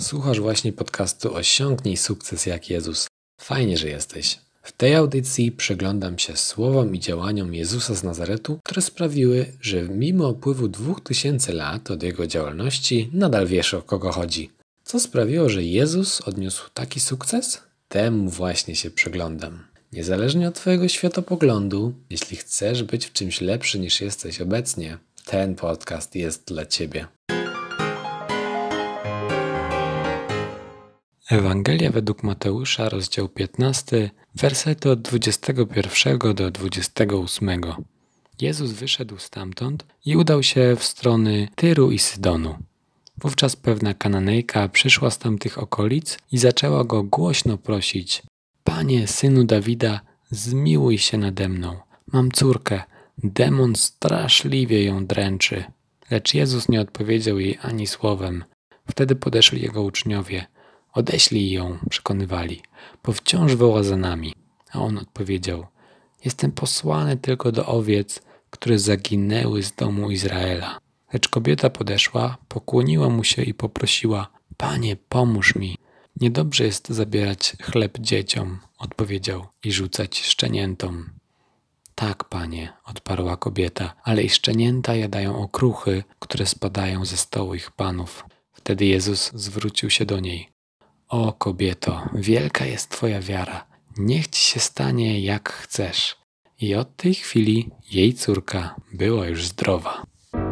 Słuchasz właśnie podcastu Osiągnij sukces jak Jezus. Fajnie, że jesteś. W tej audycji przyglądam się słowom i działaniom Jezusa z Nazaretu, które sprawiły, że mimo upływu 2000 lat od Jego działalności nadal wiesz, o kogo chodzi. Co sprawiło, że Jezus odniósł taki sukces? Temu właśnie się przyglądam. Niezależnie od Twojego światopoglądu, jeśli chcesz być w czymś lepszy niż jesteś obecnie, ten podcast jest dla Ciebie. Ewangelia według Mateusza, rozdział 15, wersety od 21 do 28. Jezus wyszedł stamtąd i udał się w strony Tyru i Sydonu. Wówczas pewna Kananejka przyszła z tamtych okolic i zaczęła go głośno prosić: Panie, synu Dawida, zmiłuj się nade mną. Mam córkę, demon straszliwie ją dręczy. Lecz Jezus nie odpowiedział jej ani słowem. Wtedy podeszli jego uczniowie. Odeślij ją, przekonywali, bo wciąż woła za nami. A on odpowiedział: Jestem posłany tylko do owiec, które zaginęły z domu Izraela. Lecz kobieta podeszła, pokłoniła mu się i poprosiła: Panie, pomóż mi. Niedobrze jest zabierać chleb dzieciom, odpowiedział, i rzucać szczeniętom. Tak, panie, odparła kobieta, ale i szczenięta jadają okruchy, które spadają ze stołu ich panów. Wtedy Jezus zwrócił się do niej. O kobieto, wielka jest twoja wiara. Niech ci się stanie jak chcesz. I od tej chwili jej córka była już zdrowa.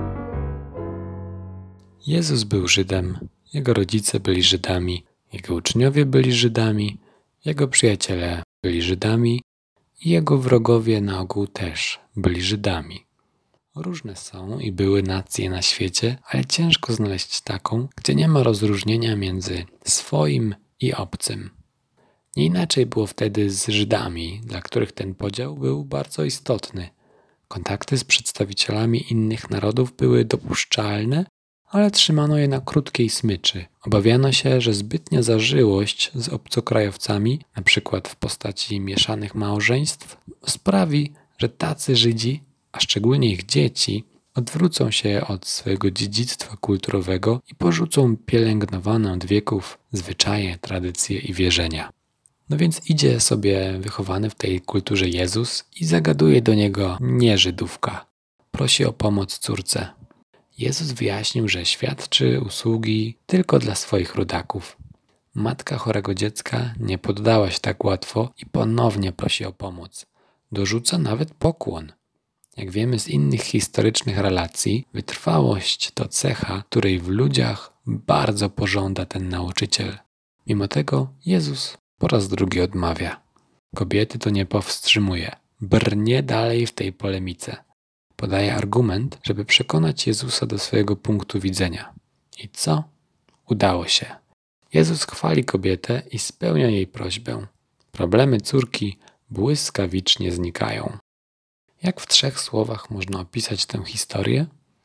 Jezus był Żydem, jego rodzice byli Żydami, jego uczniowie byli Żydami, jego przyjaciele byli Żydami i jego wrogowie na ogół też byli Żydami. Różne są i były nacje na świecie, ale ciężko znaleźć taką, gdzie nie ma rozróżnienia między swoim i obcym. Nie inaczej było wtedy z Żydami, dla których ten podział był bardzo istotny. Kontakty z przedstawicielami innych narodów były dopuszczalne, ale trzymano je na krótkiej smyczy. Obawiano się, że zbytnia zażyłość z obcokrajowcami, np. w postaci mieszanych małżeństw, sprawi, że tacy Żydzi, a szczególnie ich dzieci, odwrócą się od swojego dziedzictwa kulturowego i porzucą pielęgnowane od wieków zwyczaje, tradycje i wierzenia. No więc idzie sobie wychowany w tej kulturze Jezus i zagaduje do niego nie-Żydówka. Prosi o pomoc córce. Jezus wyjaśnił, że świadczy usługi tylko dla swoich rodaków. Matka chorego dziecka nie poddała się tak łatwo i ponownie prosi o pomoc. Dorzuca nawet pokłon. Jak wiemy z innych historycznych relacji, wytrwałość to cecha, której w ludziach bardzo pożąda ten nauczyciel. Mimo tego Jezus po raz drugi odmawia. Kobiety to nie powstrzymuje. Brnie dalej w tej polemice. Podaje argument, żeby przekonać Jezusa do swojego punktu widzenia. I co? Udało się. Jezus chwali kobietę i spełnia jej prośbę. Problemy córki błyskawicznie znikają. Jak w 3 słowach można opisać tę historię?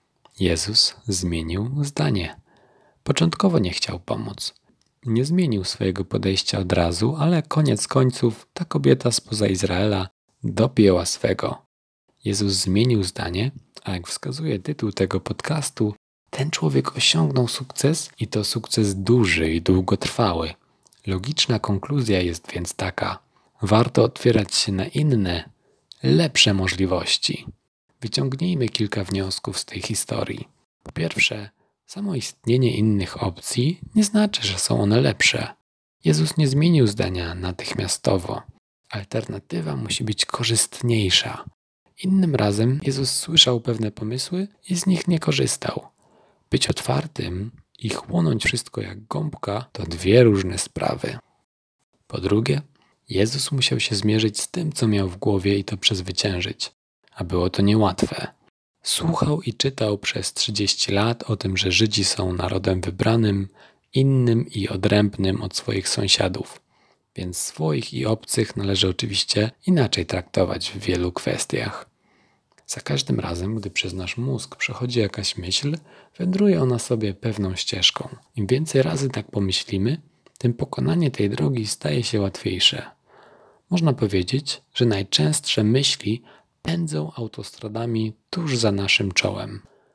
Jezus zmienił zdanie. Początkowo nie chciał pomóc. Nie zmienił swojego podejścia od razu, ale koniec końców ta kobieta spoza Izraela dopięła swego. Jezus zmienił zdanie, a jak wskazuje tytuł tego podcastu, ten człowiek osiągnął sukces i to sukces duży i długotrwały. Logiczna konkluzja jest więc taka: warto otwierać się na inne, lepsze możliwości. Wyciągnijmy kilka wniosków z tej historii. Po pierwsze, samo istnienie innych opcji nie znaczy, że są one lepsze. Jezus nie zmienił zdania natychmiastowo. Alternatywa musi być korzystniejsza. Innym razem Jezus słyszał pewne pomysły i z nich nie korzystał. Być otwartym i chłonąć wszystko jak gąbka to 2 różne sprawy. Po drugie, Jezus musiał się zmierzyć z tym, co miał w głowie i to przezwyciężyć, a było to niełatwe. Słuchał i czytał przez 30 lat o tym, że Żydzi są narodem wybranym, innym i odrębnym od swoich sąsiadów, więc swoich i obcych należy oczywiście inaczej traktować w wielu kwestiach. Za każdym razem, gdy przez nasz mózg przechodzi jakaś myśl, wędruje ona sobie pewną ścieżką. Im więcej razy tak pomyślimy, tym pokonanie tej drogi staje się łatwiejsze. Można powiedzieć, że najczęstsze myśli pędzą autostradami tuż za naszym czołem.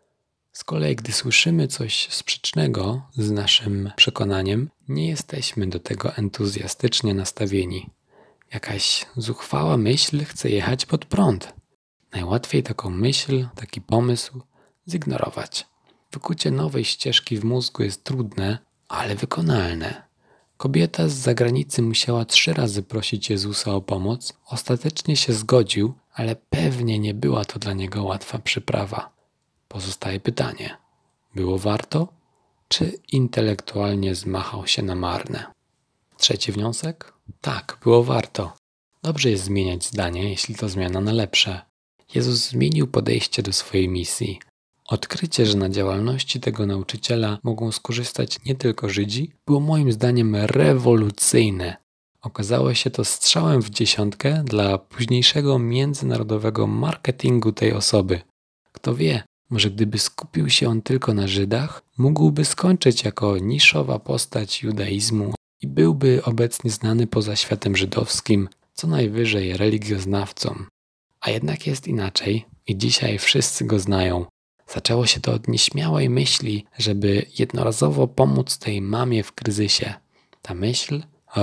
Z kolei, gdy słyszymy coś sprzecznego z naszym przekonaniem, nie jesteśmy do tego entuzjastycznie nastawieni. Jakaś zuchwała myśl chce jechać pod prąd. Najłatwiej taką myśl, taki pomysł zignorować. Wykucie nowej ścieżki w mózgu jest trudne, ale wykonalne. Kobieta z zagranicy musiała 3 razy prosić Jezusa o pomoc. Ostatecznie się zgodził, ale pewnie nie była to dla niego łatwa przyprawa. Pozostaje pytanie, było warto, czy intelektualnie zmachał się na marne? 3. wniosek? Tak, było warto. Dobrze jest zmieniać zdanie, jeśli to zmiana na lepsze. Jezus zmienił podejście do swojej misji. Odkrycie, że na działalności tego nauczyciela mogą skorzystać nie tylko Żydzi, było moim zdaniem rewolucyjne. Okazało się to strzałem w dziesiątkę dla późniejszego międzynarodowego marketingu tej osoby. Kto wie, może gdyby skupił się on tylko na Żydach, mógłby skończyć jako niszowa postać judaizmu i byłby obecnie znany poza światem żydowskim, co najwyżej religioznawcom. A jednak jest inaczej i dzisiaj wszyscy go znają. Zaczęło się to od nieśmiałej myśli, żeby jednorazowo pomóc tej mamie w kryzysie. Ta myśl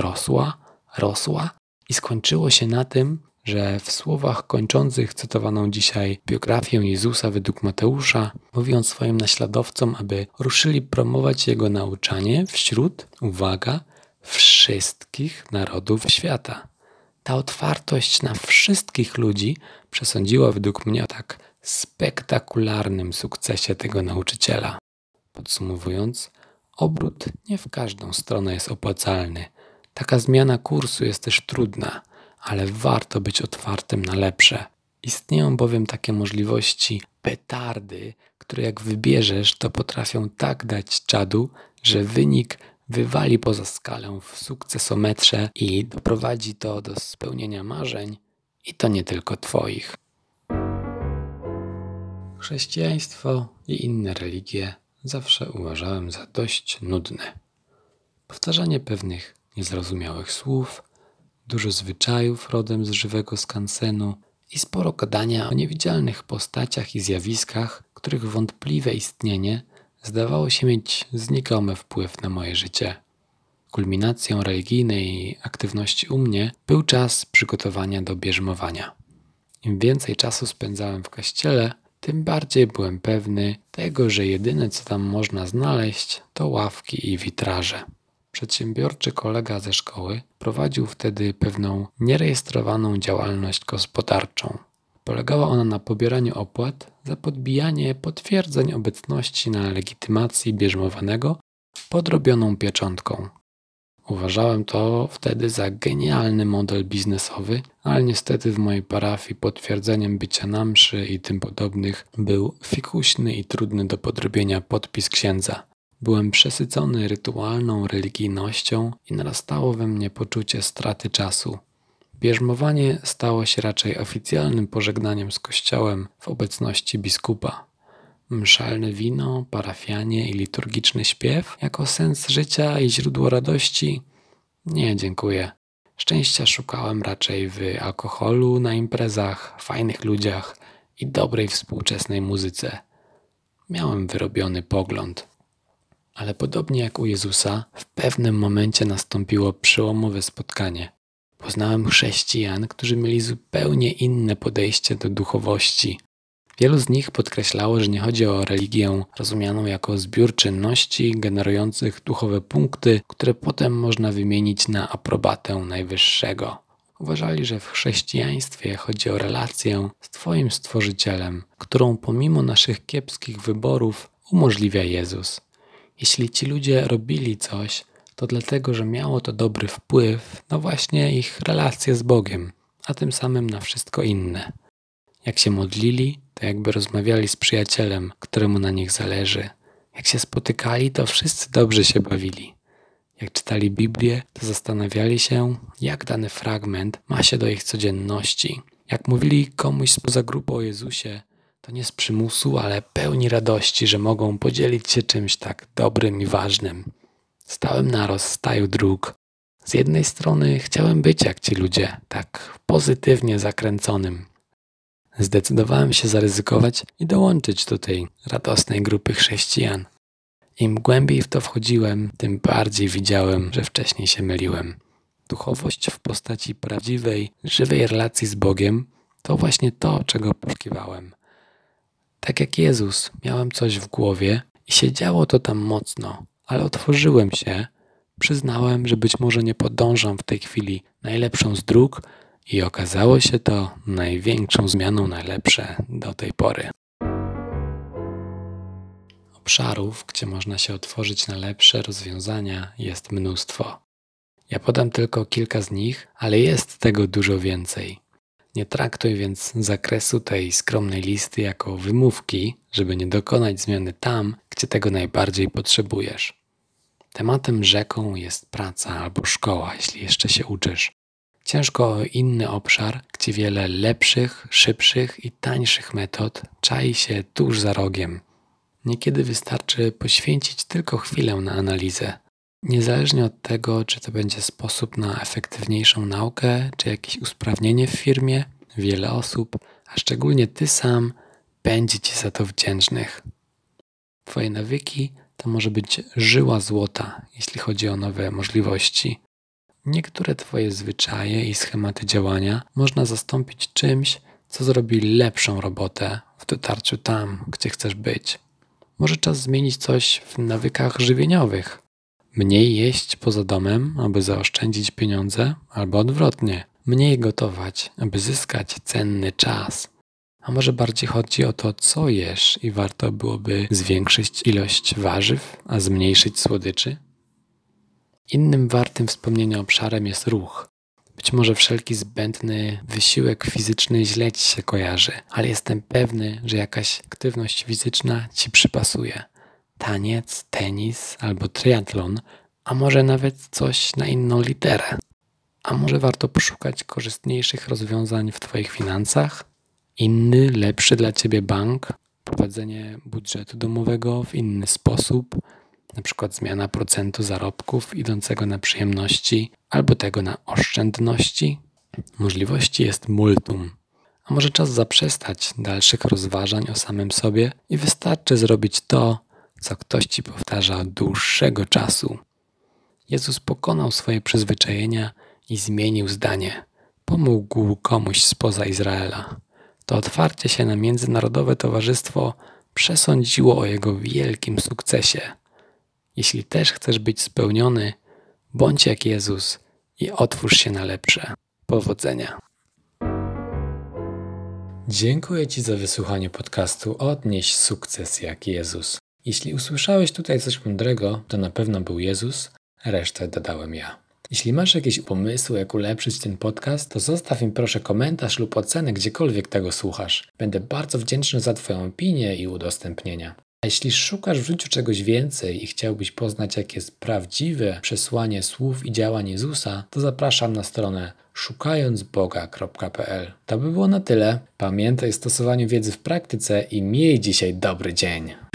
rosła i skończyło się na tym, że w słowach kończących cytowaną dzisiaj biografię Jezusa według Mateusza mówi on swoim naśladowcom, aby ruszyli promować Jego nauczanie wśród, uwaga, wszystkich narodów świata. Ta otwartość na wszystkich ludzi przesądziła według mnie o tak spektakularnym sukcesie tego nauczyciela. Podsumowując, obrót nie w każdą stronę jest opłacalny. Taka zmiana kursu jest też trudna, ale warto być otwartym na lepsze. Istnieją bowiem takie możliwości petardy, które jak wybierzesz, to potrafią tak dać czadu, że wynik wywali poza skalę w sukcesometrze i doprowadzi to do spełnienia marzeń i to nie tylko twoich. Chrześcijaństwo i inne religie zawsze uważałem za dość nudne. Powtarzanie pewnych niezrozumiałych słów, dużo zwyczajów rodem z żywego skansenu i sporo gadania o niewidzialnych postaciach i zjawiskach, których wątpliwe istnienie zdawało się mieć znikomy wpływ na moje życie. Kulminacją religijnej aktywności u mnie był czas przygotowania do bierzmowania. Im więcej czasu spędzałem w kościele, tym bardziej byłem pewny tego, że jedyne co tam można znaleźć to ławki i witraże. Przedsiębiorczy kolega ze szkoły prowadził wtedy pewną nierejestrowaną działalność gospodarczą. Polegała ona na pobieraniu opłat za podbijanie potwierdzeń obecności na legitymacji bierzmowanego podrobioną pieczątką. Uważałem to wtedy za genialny model biznesowy, ale niestety w mojej parafii potwierdzeniem bycia na mszy i tym podobnych był fikuśny i trudny do podrobienia podpis księdza. Byłem przesycony rytualną religijnością i narastało we mnie poczucie straty czasu. Bierzmowanie stało się raczej oficjalnym pożegnaniem z kościołem w obecności biskupa. Mszalne wino, parafianie i liturgiczny śpiew jako sens życia i źródło radości? Nie, dziękuję. Szczęścia szukałem raczej w alkoholu na imprezach, fajnych ludziach i dobrej współczesnej muzyce. Miałem wyrobiony pogląd. Ale podobnie jak u Jezusa, w pewnym momencie nastąpiło przełomowe spotkanie. Poznałem chrześcijan, którzy mieli zupełnie inne podejście do duchowości. Wielu z nich podkreślało, że nie chodzi o religię rozumianą jako zbiór czynności generujących duchowe punkty, które potem można wymienić na aprobatę Najwyższego. Uważali, że w chrześcijaństwie chodzi o relację z Twoim Stworzycielem, którą pomimo naszych kiepskich wyborów umożliwia Jezus. Jeśli ci ludzie robili coś, to dlatego, że miało to dobry wpływ na właśnie ich relacje z Bogiem, a tym samym na wszystko inne. Jak się modlili, to jakby rozmawiali z przyjacielem, któremu na nich zależy. Jak się spotykali, to wszyscy dobrze się bawili. Jak czytali Biblię, to zastanawiali się, jak dany fragment ma się do ich codzienności. Jak mówili komuś spoza grupy o Jezusie, to nie z przymusu, ale pełni radości, że mogą podzielić się czymś tak dobrym i ważnym. Stałem na rozstaju dróg. Z jednej strony chciałem być jak ci ludzie, tak pozytywnie zakręconym. zdecydowałem się zaryzykować i dołączyć do tej radosnej grupy chrześcijan. Im głębiej w to wchodziłem, tym bardziej widziałem, że wcześniej się myliłem. Duchowość w postaci prawdziwej, żywej relacji z Bogiem to właśnie to, czego poszukiwałem. Tak jak Jezus, miałem coś w głowie i siedziało to tam mocno, ale otworzyłem się, przyznałem, że być może nie podążam w tej chwili najlepszą z dróg i okazało się to największą zmianą na lepsze do tej pory. Obszarów, gdzie można się otworzyć na lepsze rozwiązania, jest mnóstwo. Ja podam tylko kilka z nich, ale jest tego dużo więcej. Nie traktuj więc zakresu tej skromnej listy jako wymówki, żeby nie dokonać zmiany tam, gdzie tego najbardziej potrzebujesz. Tematem rzeką jest praca albo szkoła, jeśli jeszcze się uczysz. Ciężko o inny obszar, gdzie wiele lepszych, szybszych i tańszych metod czai się tuż za rogiem. Niekiedy wystarczy poświęcić tylko chwilę na analizę. Niezależnie od tego, czy to będzie sposób na efektywniejszą naukę, czy jakieś usprawnienie w firmie, wiele osób, a szczególnie ty sam, będzie ci za to wdzięcznych. Twoje nawyki to może być żyła złota, jeśli chodzi o nowe możliwości. Niektóre twoje zwyczaje i schematy działania można zastąpić czymś, co zrobi lepszą robotę w dotarciu tam, gdzie chcesz być. Może czas zmienić coś w nawykach żywieniowych. Mniej jeść poza domem, aby zaoszczędzić pieniądze, albo odwrotnie. Mniej gotować, aby zyskać cenny czas. A może bardziej chodzi o to, co jesz i warto byłoby zwiększyć ilość warzyw, a zmniejszyć słodyczy? Innym wartym wspomnienia obszarem jest ruch. Być może wszelki zbędny wysiłek fizyczny źle ci się kojarzy, ale jestem pewny, że jakaś aktywność fizyczna ci przypasuje. Taniec, tenis albo triatlon, a może nawet coś na inną literę. A może warto poszukać korzystniejszych rozwiązań w twoich finansach? Inny, lepszy dla ciebie bank? Prowadzenie budżetu domowego w inny sposób? Na przykład zmiana procentu zarobków idącego na przyjemności albo tego na oszczędności? Możliwości jest multum. A może czas zaprzestać dalszych rozważań o samym sobie i wystarczy zrobić to, co ktoś ci powtarza od dłuższego czasu. Jezus pokonał swoje przyzwyczajenia i zmienił zdanie. Pomógł komuś spoza Izraela. To otwarcie się na międzynarodowe towarzystwo przesądziło o jego wielkim sukcesie. Jeśli też chcesz być spełniony, bądź jak Jezus i otwórz się na lepsze. Powodzenia. Dziękuję Ci za wysłuchanie podcastu Odnieś sukces jak Jezus. Jeśli usłyszałeś tutaj coś mądrego, to na pewno był Jezus, resztę dodałem ja. Jeśli masz jakieś pomysły, jak ulepszyć ten podcast, to zostaw mi proszę komentarz lub ocenę, gdziekolwiek tego słuchasz. Będę bardzo wdzięczny za Twoją opinię i udostępnienia. A jeśli szukasz w życiu czegoś więcej i chciałbyś poznać, jakie jest prawdziwe przesłanie słów i działań Jezusa, to zapraszam na stronę szukającboga.pl. To by było na tyle. Pamiętaj o stosowaniu wiedzy w praktyce i miej dzisiaj dobry dzień.